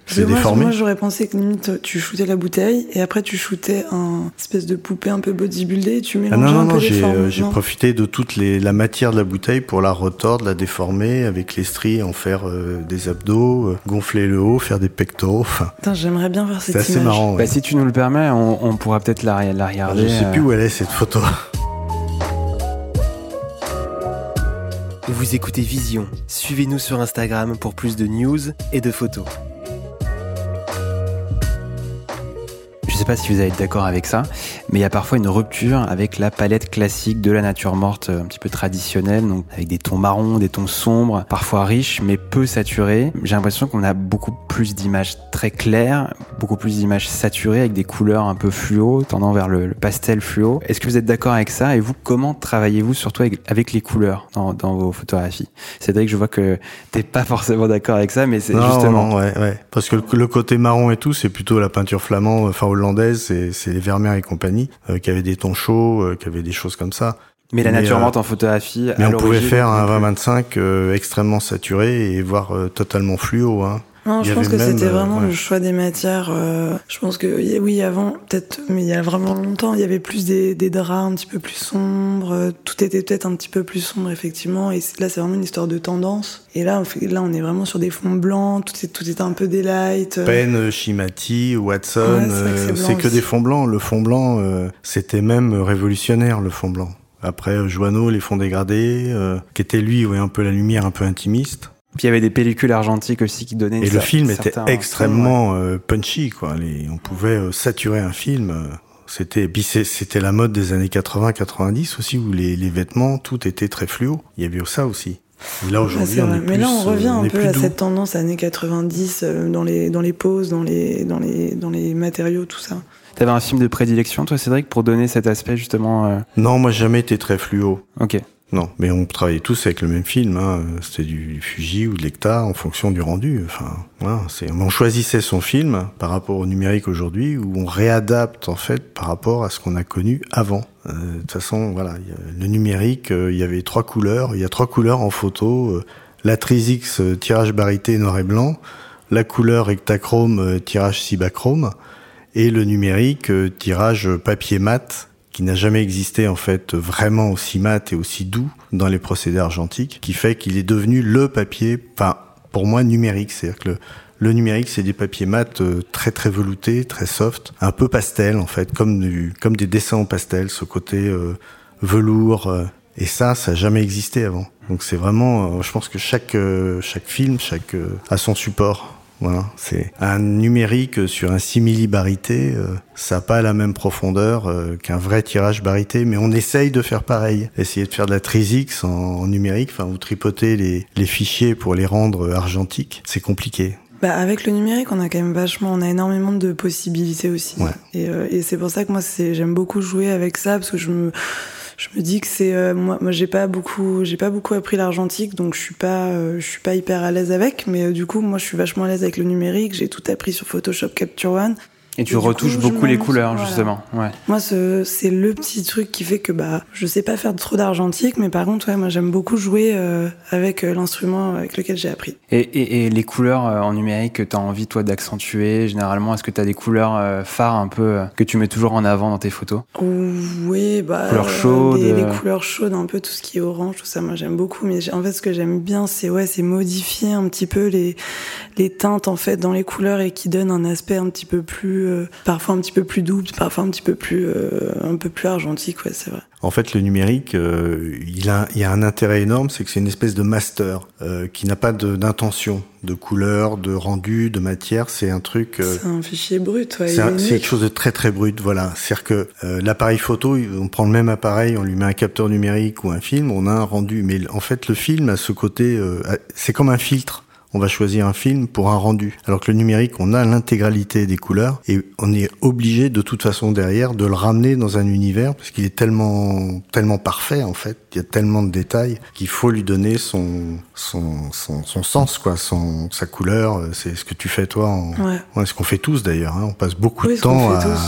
c'est
moi,
déformé.
Moi, j'aurais pensé que limite, tu shootais la bouteille et après tu shootais un espèce de poupée un peu bodybuildée et tu mélangeais
ah non, non,
un peu
non,
les
j'ai,
formes.
euh, j'ai
non
profité de toute les, la matière de la bouteille pour la retordre, la déformer, avec les stries, en faire euh, des abdos, euh, gonfler le haut, faire des pectoraux. Enfin,
Putain, j'aimerais bien voir cette
c'est assez
image.
marrant. Ouais.
Bah, si tu nous le permets, on, on pourra peut-être la, la regarder.
Je sais
euh...
plus où elle est cette photo.
Vous écoutez Vision. Suivez-nous sur Instagram pour plus de news et de photos. Je sais pas si vous allez être d'accord avec ça, mais il y a parfois une rupture avec la palette classique de la nature morte, un petit peu traditionnelle, donc avec des tons marrons, des tons sombres, parfois riches mais peu saturés. J'ai l'impression qu'on a beaucoup plus d'images très claires, beaucoup plus d'images saturées avec des couleurs un peu fluo, tendant vers le, le pastel fluo. Est-ce que vous êtes d'accord avec ça? Et vous, comment travaillez-vous surtout avec, avec les couleurs dans, dans vos photographies? C'est vrai que je vois que t'es pas forcément d'accord avec ça, mais c'est
non,
justement...
Non, ouais, ouais. Parce que le, le côté marron et tout, c'est plutôt la peinture flamande, enfin hollandaise, c'est, c'est les Vermeer et compagnie, euh, qui avaient des tons chauds, euh, qui avaient des choses comme ça.
Mais la
mais,
nature
euh,
morte en photographie,
mais
à
on pouvait
l'origine,
faire un
non plus.
vingt vingt-cinq euh, extrêmement saturé et voire euh, totalement fluo, hein.
Non,
Il
je
y
pense
avait
que
même,
c'était
euh,
vraiment
ouais.
le choix des matières. Euh, je pense que oui, avant, peut-être, mais il y a vraiment longtemps, il y avait plus des, des draps un petit peu plus sombres. euh, Tout était peut-être un petit peu plus sombre, effectivement. Et là, c'est vraiment une histoire de tendance. Et là, on fait, là, on est vraiment sur des fonds blancs. Tout est, tout est un peu des lights.
Penn, Shimati, Watson,
Ouais, c'est vrai que
euh,
c'est
c'est,
blanc
que
aussi.
des fonds blancs. Le fond blanc, euh, c'était même révolutionnaire, le fond blanc. Après, euh, Joanneau, les fonds dégradés, euh, qui était lui, ouais, un peu la lumière, un peu intimiste.
Puis il y avait des pellicules argentiques aussi qui donnaient une
Et le
cer-
film était
certain
extrêmement euh, punchy, quoi. Les, on pouvait euh, saturer un film. euh, C'était, et puis c'est- c'était la mode des années quatre-vingts quatre-vingt-dix aussi, où les, les vêtements, tout était très fluo. Il y avait ça aussi. Et là,
Ouais,
aujourd'hui,
c'est
on
vrai.
est
Mais
plus,
là, on revient
euh, on
un
est
peu
plus
à
doux.
cette tendance années quatre-vingt-dix euh, dans les dans les poses, dans les dans les dans les matériaux, tout ça.
T'avais un film de prédilection, toi, Cédric, pour donner cet aspect justement euh...
Non, moi, j'ai jamais été très fluo.
Ok.
Non, mais on travaillait tous avec le même film, hein. C'était du Fuji ou de l'Hectar en fonction du rendu. Enfin, voilà, c'est, on choisissait son film par rapport au numérique aujourd'hui, où on réadapte en fait par rapport à ce qu'on a connu avant. Euh, de toute façon, voilà, y a, le numérique, euh, il y avait trois couleurs. Il y a trois couleurs en photo. Euh, la Trisix euh, tirage barité noir et blanc, la couleur Ektachrome euh, tirage cibachrome, et le numérique euh, tirage papier mat, qui n'a jamais existé en fait vraiment aussi mat et aussi doux dans les procédés argentiques, qui fait qu'il est devenu le papier, enfin pour moi numérique, c'est-à-dire que le, le numérique c'est des papiers mat euh, très très veloutés, très soft, un peu pastel en fait, comme du comme des dessins en pastel, ce côté euh, velours, euh, et ça ça n'a jamais existé avant. Donc c'est vraiment, euh, je pense que chaque euh, chaque film, chaque euh, a son support. Voilà, c'est un numérique sur un simili barité, euh, ça n'a pas la même profondeur euh, qu'un vrai tirage barité, mais on essaye de faire pareil, essayer de faire de la Trisix en, en numérique, enfin vous tripotez les, les fichiers pour les rendre argentiques, c'est compliqué.
Bah, avec le numérique, on a quand même vachement, on a énormément de possibilités aussi.
Ouais.
Et, euh, et c'est pour ça que moi, c'est, j'aime beaucoup jouer avec ça, parce que je me, je me dis que c'est, euh, moi, moi, j'ai pas beaucoup, j'ai pas beaucoup appris l'argentique, donc je suis pas, euh, je suis pas hyper à l'aise avec, mais euh, du coup, moi, je suis vachement à l'aise avec le numérique. J'ai tout appris sur Photoshop Capture One.
Et tu
Et du
retouches
coup, je
beaucoup les
m'amuse,
couleurs,
voilà.
justement. Ouais.
Moi, ce, c'est le petit truc qui fait que bah, je sais pas faire trop d'argentique, mais par contre, ouais, moi, j'aime beaucoup jouer euh, avec euh, l'instrument avec lequel j'ai appris.
Et, et, et les couleurs euh, en numérique que tu as envie, toi, d'accentuer, généralement, est-ce que tu as des couleurs euh, phares un peu euh, que tu mets toujours en avant dans tes photos?
Oui, bah,
Couleurs chaudes,
les, les
euh.
couleurs chaudes, un peu tout ce qui est orange, tout ça, moi j'aime beaucoup. Mais j'ai- en fait, ce que j'aime bien, c'est ouais, c'est modifier un petit peu les les teintes en fait dans les couleurs et qui donnent un aspect un petit peu plus, euh, parfois un petit peu plus doux, parfois un petit peu plus, euh, un peu plus argentique, ouais, c'est vrai.
En fait, le numérique, euh, il a, il y a un intérêt énorme, c'est que c'est une espèce de master euh, qui n'a pas de, d'intention, de couleur, de rendu, de matière. C'est un truc. Euh,
C'est un fichier brut, ouais.
c'est,
il
un-
est
c'est
neutre.
quelque chose de très très brut. Voilà, c'est-à-dire que euh, l'appareil photo, on prend le même appareil, on lui met un capteur numérique ou un film, on a un rendu. Mais en fait, le film a ce côté, euh, c'est comme un filtre. On va choisir un film pour un rendu. Alors que le numérique, on a l'intégralité des couleurs et on est obligé de toute façon derrière de le ramener dans un univers parce qu'il est tellement, tellement parfait en fait. Il y a tellement de détails qu'il faut lui donner son, son, son, son sens quoi, son, sa couleur. C'est ce que tu fais toi. En...
Ouais.
Ouais, ce qu'on fait tous d'ailleurs. Hein. On passe beaucoup
Oui,
de
ce qu'on
temps
fait
à,
tous.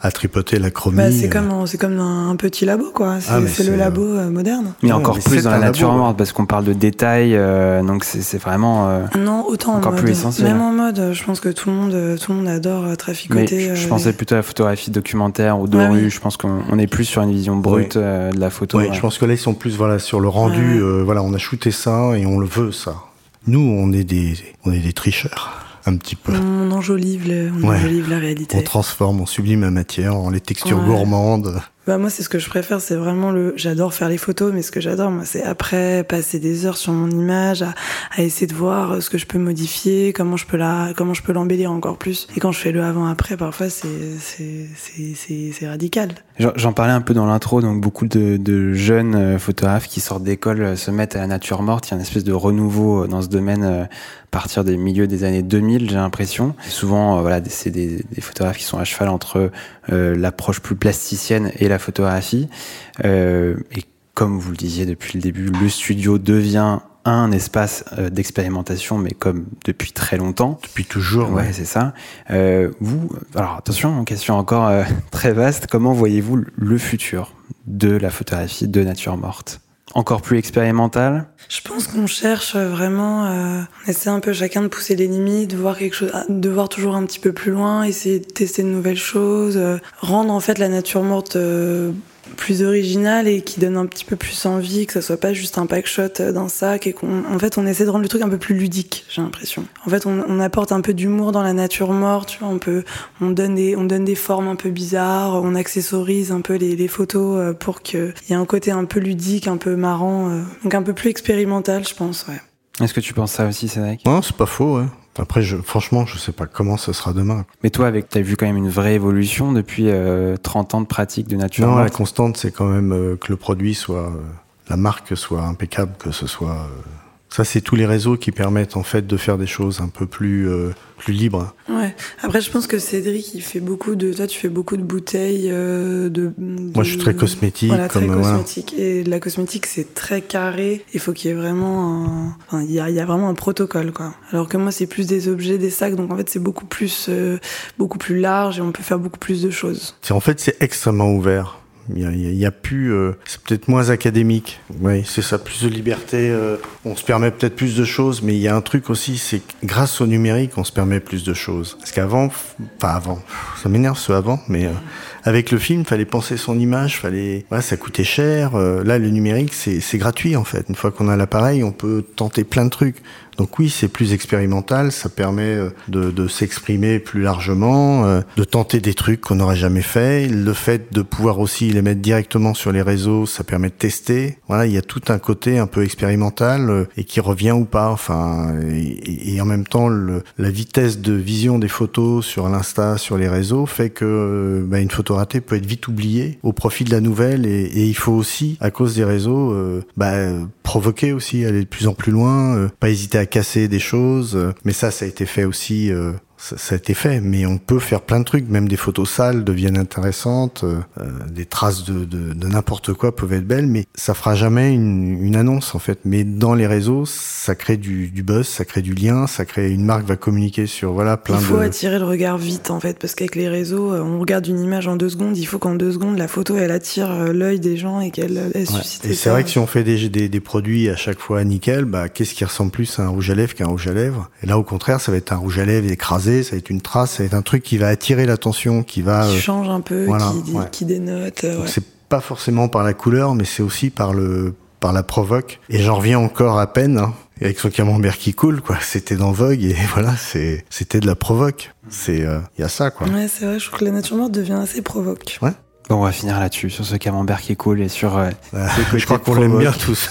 à tripoter la chromie.
Bah, c'est, comme, c'est comme un, un petit labo, quoi. C'est, ah, c'est, c'est le labo euh, moderne.
Mais ouais, encore mais plus dans la nature labo, morte, ouais. Parce qu'on parle de détails, euh, donc c'est, c'est vraiment euh,
non, autant
encore
en mode,
plus essentiel.
Même en mode, je pense que tout le monde, tout le monde adore traficoter.
Mais je, je
euh,
pensais plutôt à la photographie documentaire ou de
ouais,
rue.
oui.
Je pense qu'on on est plus sur une vision brute ouais. euh, de la photo.
Oui,
ouais.
Je pense que là, ils sont plus voilà, sur le rendu. Ouais. Euh, voilà, on a shooté ça et on le veut, ça. Nous, on est des, on est des tricheurs. Un petit peu.
On enjolive, le, on ouais. enjolive la réalité.
On transforme, on sublime la matière, en les textures ouais. gourmandes.
Bah moi, c'est ce que je préfère, c'est vraiment le... J'adore faire les photos, mais ce que j'adore, moi, c'est après passer des heures sur mon image, à, à essayer de voir ce que je peux modifier, comment je peux la, comment je peux l'embellir encore plus. Et quand je fais le avant-après, parfois, c'est, c'est, c'est, c'est, c'est radical.
J'en parlais un peu dans l'intro, donc beaucoup de, de jeunes photographes qui sortent d'école se mettent à la nature morte. Il y a une espèce de renouveau dans ce domaine à partir des milieux des années deux mille, j'ai l'impression. Souvent, voilà, c'est des, des photographes qui sont à cheval entre euh, l'approche plus plasticienne et la photographie. Euh, et comme vous le disiez depuis le début, le studio devient un espace euh, d'expérimentation, mais comme depuis très longtemps.
Depuis toujours.
Ouais, ouais. C'est ça. Euh, vous, alors attention, question encore euh, très vaste. Comment voyez-vous le futur de la photographie de nature morte ? Encore plus expérimental ?
Je pense qu'on cherche vraiment, euh, on essaie un peu chacun de pousser les limites, de voir quelque chose, de voir toujours un petit peu plus loin, essayer de tester de nouvelles choses, euh, rendre en fait la nature morte euh, plus originale et qui donne un petit peu plus envie, que ça soit pas juste un pack shot d'un sac et qu'on, en fait, on essaie de rendre le truc un peu plus ludique, j'ai l'impression. En fait, on, on apporte un peu d'humour dans la nature morte, tu vois, on peut, on donne des, on donne des formes un peu bizarres, on accessorise un peu les, les photos pour qu'il y ait un côté un peu ludique, un peu marrant, donc un peu plus expérimental, je pense, ouais.
Est-ce que tu penses ça aussi, Cédric ?
Non, c'est pas faux, ouais. Après, je, franchement, je sais pas comment ça sera demain.
Mais toi, avec, t'as vu quand même une vraie évolution depuis euh, trente ans de pratique de nature morte ?
Non, la constante, c'est quand même euh, que le produit soit, euh, la marque soit impeccable, que ce soit. Euh, ça, c'est tous les réseaux qui permettent en fait de faire des choses un peu plus euh, plus libres.
Ouais. Après, je pense que Cédric, il fait beaucoup de. Toi, tu fais beaucoup de bouteilles euh, de, de.
Moi, je suis très cosmétique.
Voilà,
comme,
très
voilà.
cosmétique. Et la cosmétique, c'est très carré. Il faut qu'il y ait vraiment un. Enfin, il y a, il y a vraiment un protocole, quoi. Alors que moi, c'est plus des objets, des sacs. Donc en fait, c'est beaucoup plus, euh, beaucoup plus large et on peut faire beaucoup plus de choses.
C'est en fait, c'est extrêmement ouvert. Il y a, il y a plus, euh, c'est peut-être moins académique. Oui, c'est ça, plus de liberté. Euh, on se permet peut-être plus de choses, mais il y a un truc aussi, c'est que grâce au numérique, on se permet plus de choses. Parce qu'avant, enfin avant, ça m'énerve ce avant, mais euh, avec le film, fallait penser son image, fallait, voilà, ça coûtait cher. Euh, là, le numérique, c'est, c'est gratuit en fait. Une fois qu'on a l'appareil, on peut tenter plein de trucs. Donc oui, c'est plus expérimental, ça permet de, de s'exprimer plus largement, euh, de tenter des trucs qu'on n'aurait jamais fait. Le fait de pouvoir aussi les mettre directement sur les réseaux, ça permet de tester. Voilà, il y a tout un côté un peu expérimental euh, et qui revient ou pas. Enfin, et, et en même temps, le, la vitesse de vision des photos sur l'Insta, sur les réseaux, fait que euh, bah, une photo ratée peut être vite oubliée au profit de la nouvelle. Et, et il faut aussi, à cause des réseaux, euh, bah, provoquer aussi, aller de plus en plus loin, euh, pas hésiter à casser des choses, mais ça, ça a été fait aussi, euh, ça, ça a été fait, mais on peut faire plein de trucs, même des photos sales deviennent intéressantes, euh, des traces de, de, de n'importe quoi peuvent être belles, mais ça fera jamais une, une annonce en fait. Mais dans les réseaux, ça crée du, du buzz, ça crée du lien, ça crée, une marque va communiquer sur voilà plein de...
Il faut de... attirer le regard vite en fait, parce qu'avec les réseaux, on regarde une image en deux secondes, il faut qu'en deux secondes la photo elle attire l'œil des gens et qu'elle elle suscite.
Ouais. Et c'est vrai que si on fait des, des, des produits à chaque fois nickel, bah qu'est-ce qui ressemble plus à un rouge à lèvres qu'un rouge à lèvres ? Et là au contraire, ça va être un rouge à lèvres écrasé, ça va être une trace, ça va être un truc qui va attirer l'attention, qui va...
Qui change un peu,
voilà,
qui,
ouais.
qui dénote.
Donc
ouais.
c'est pas forcément par la couleur, mais c'est aussi par le par la provoque. Et j'en reviens encore à peine, hein, avec son camembert qui coule, quoi. C'était dans Vogue et voilà, c'est c'était de la provoque. C'est, il euh, y a ça, quoi.
Ouais, c'est vrai, je trouve que la nature morte devient assez provoque.
Ouais.
Bon, on va finir là-dessus, sur ce camembert qui coule et sur euh,
euh, je crois qu'on l'aime bien tous.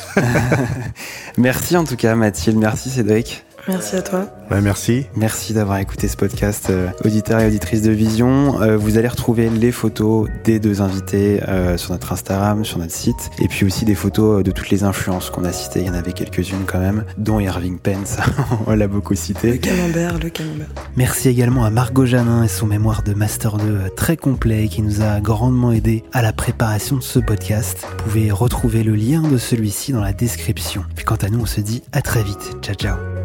Merci en tout cas, Mathilde. Merci, Cédric.
Merci à toi.
Ouais, merci.
Merci d'avoir écouté ce podcast, euh, auditeurs et auditrices de Vision. Euh, vous allez retrouver les photos des deux invités euh, sur notre Instagram, sur notre site, et puis aussi des photos de toutes les influences qu'on a citées. Il y en avait quelques-unes quand même, dont Irving Penn, on l'a beaucoup cité.
Le camembert, le camembert.
Merci également à Margot Janin et son mémoire de Master deux très complet qui nous a grandement aidé à la préparation de ce podcast. Vous pouvez retrouver le lien de celui-ci dans la description. Puis quant à nous, on se dit à très vite. Ciao, ciao.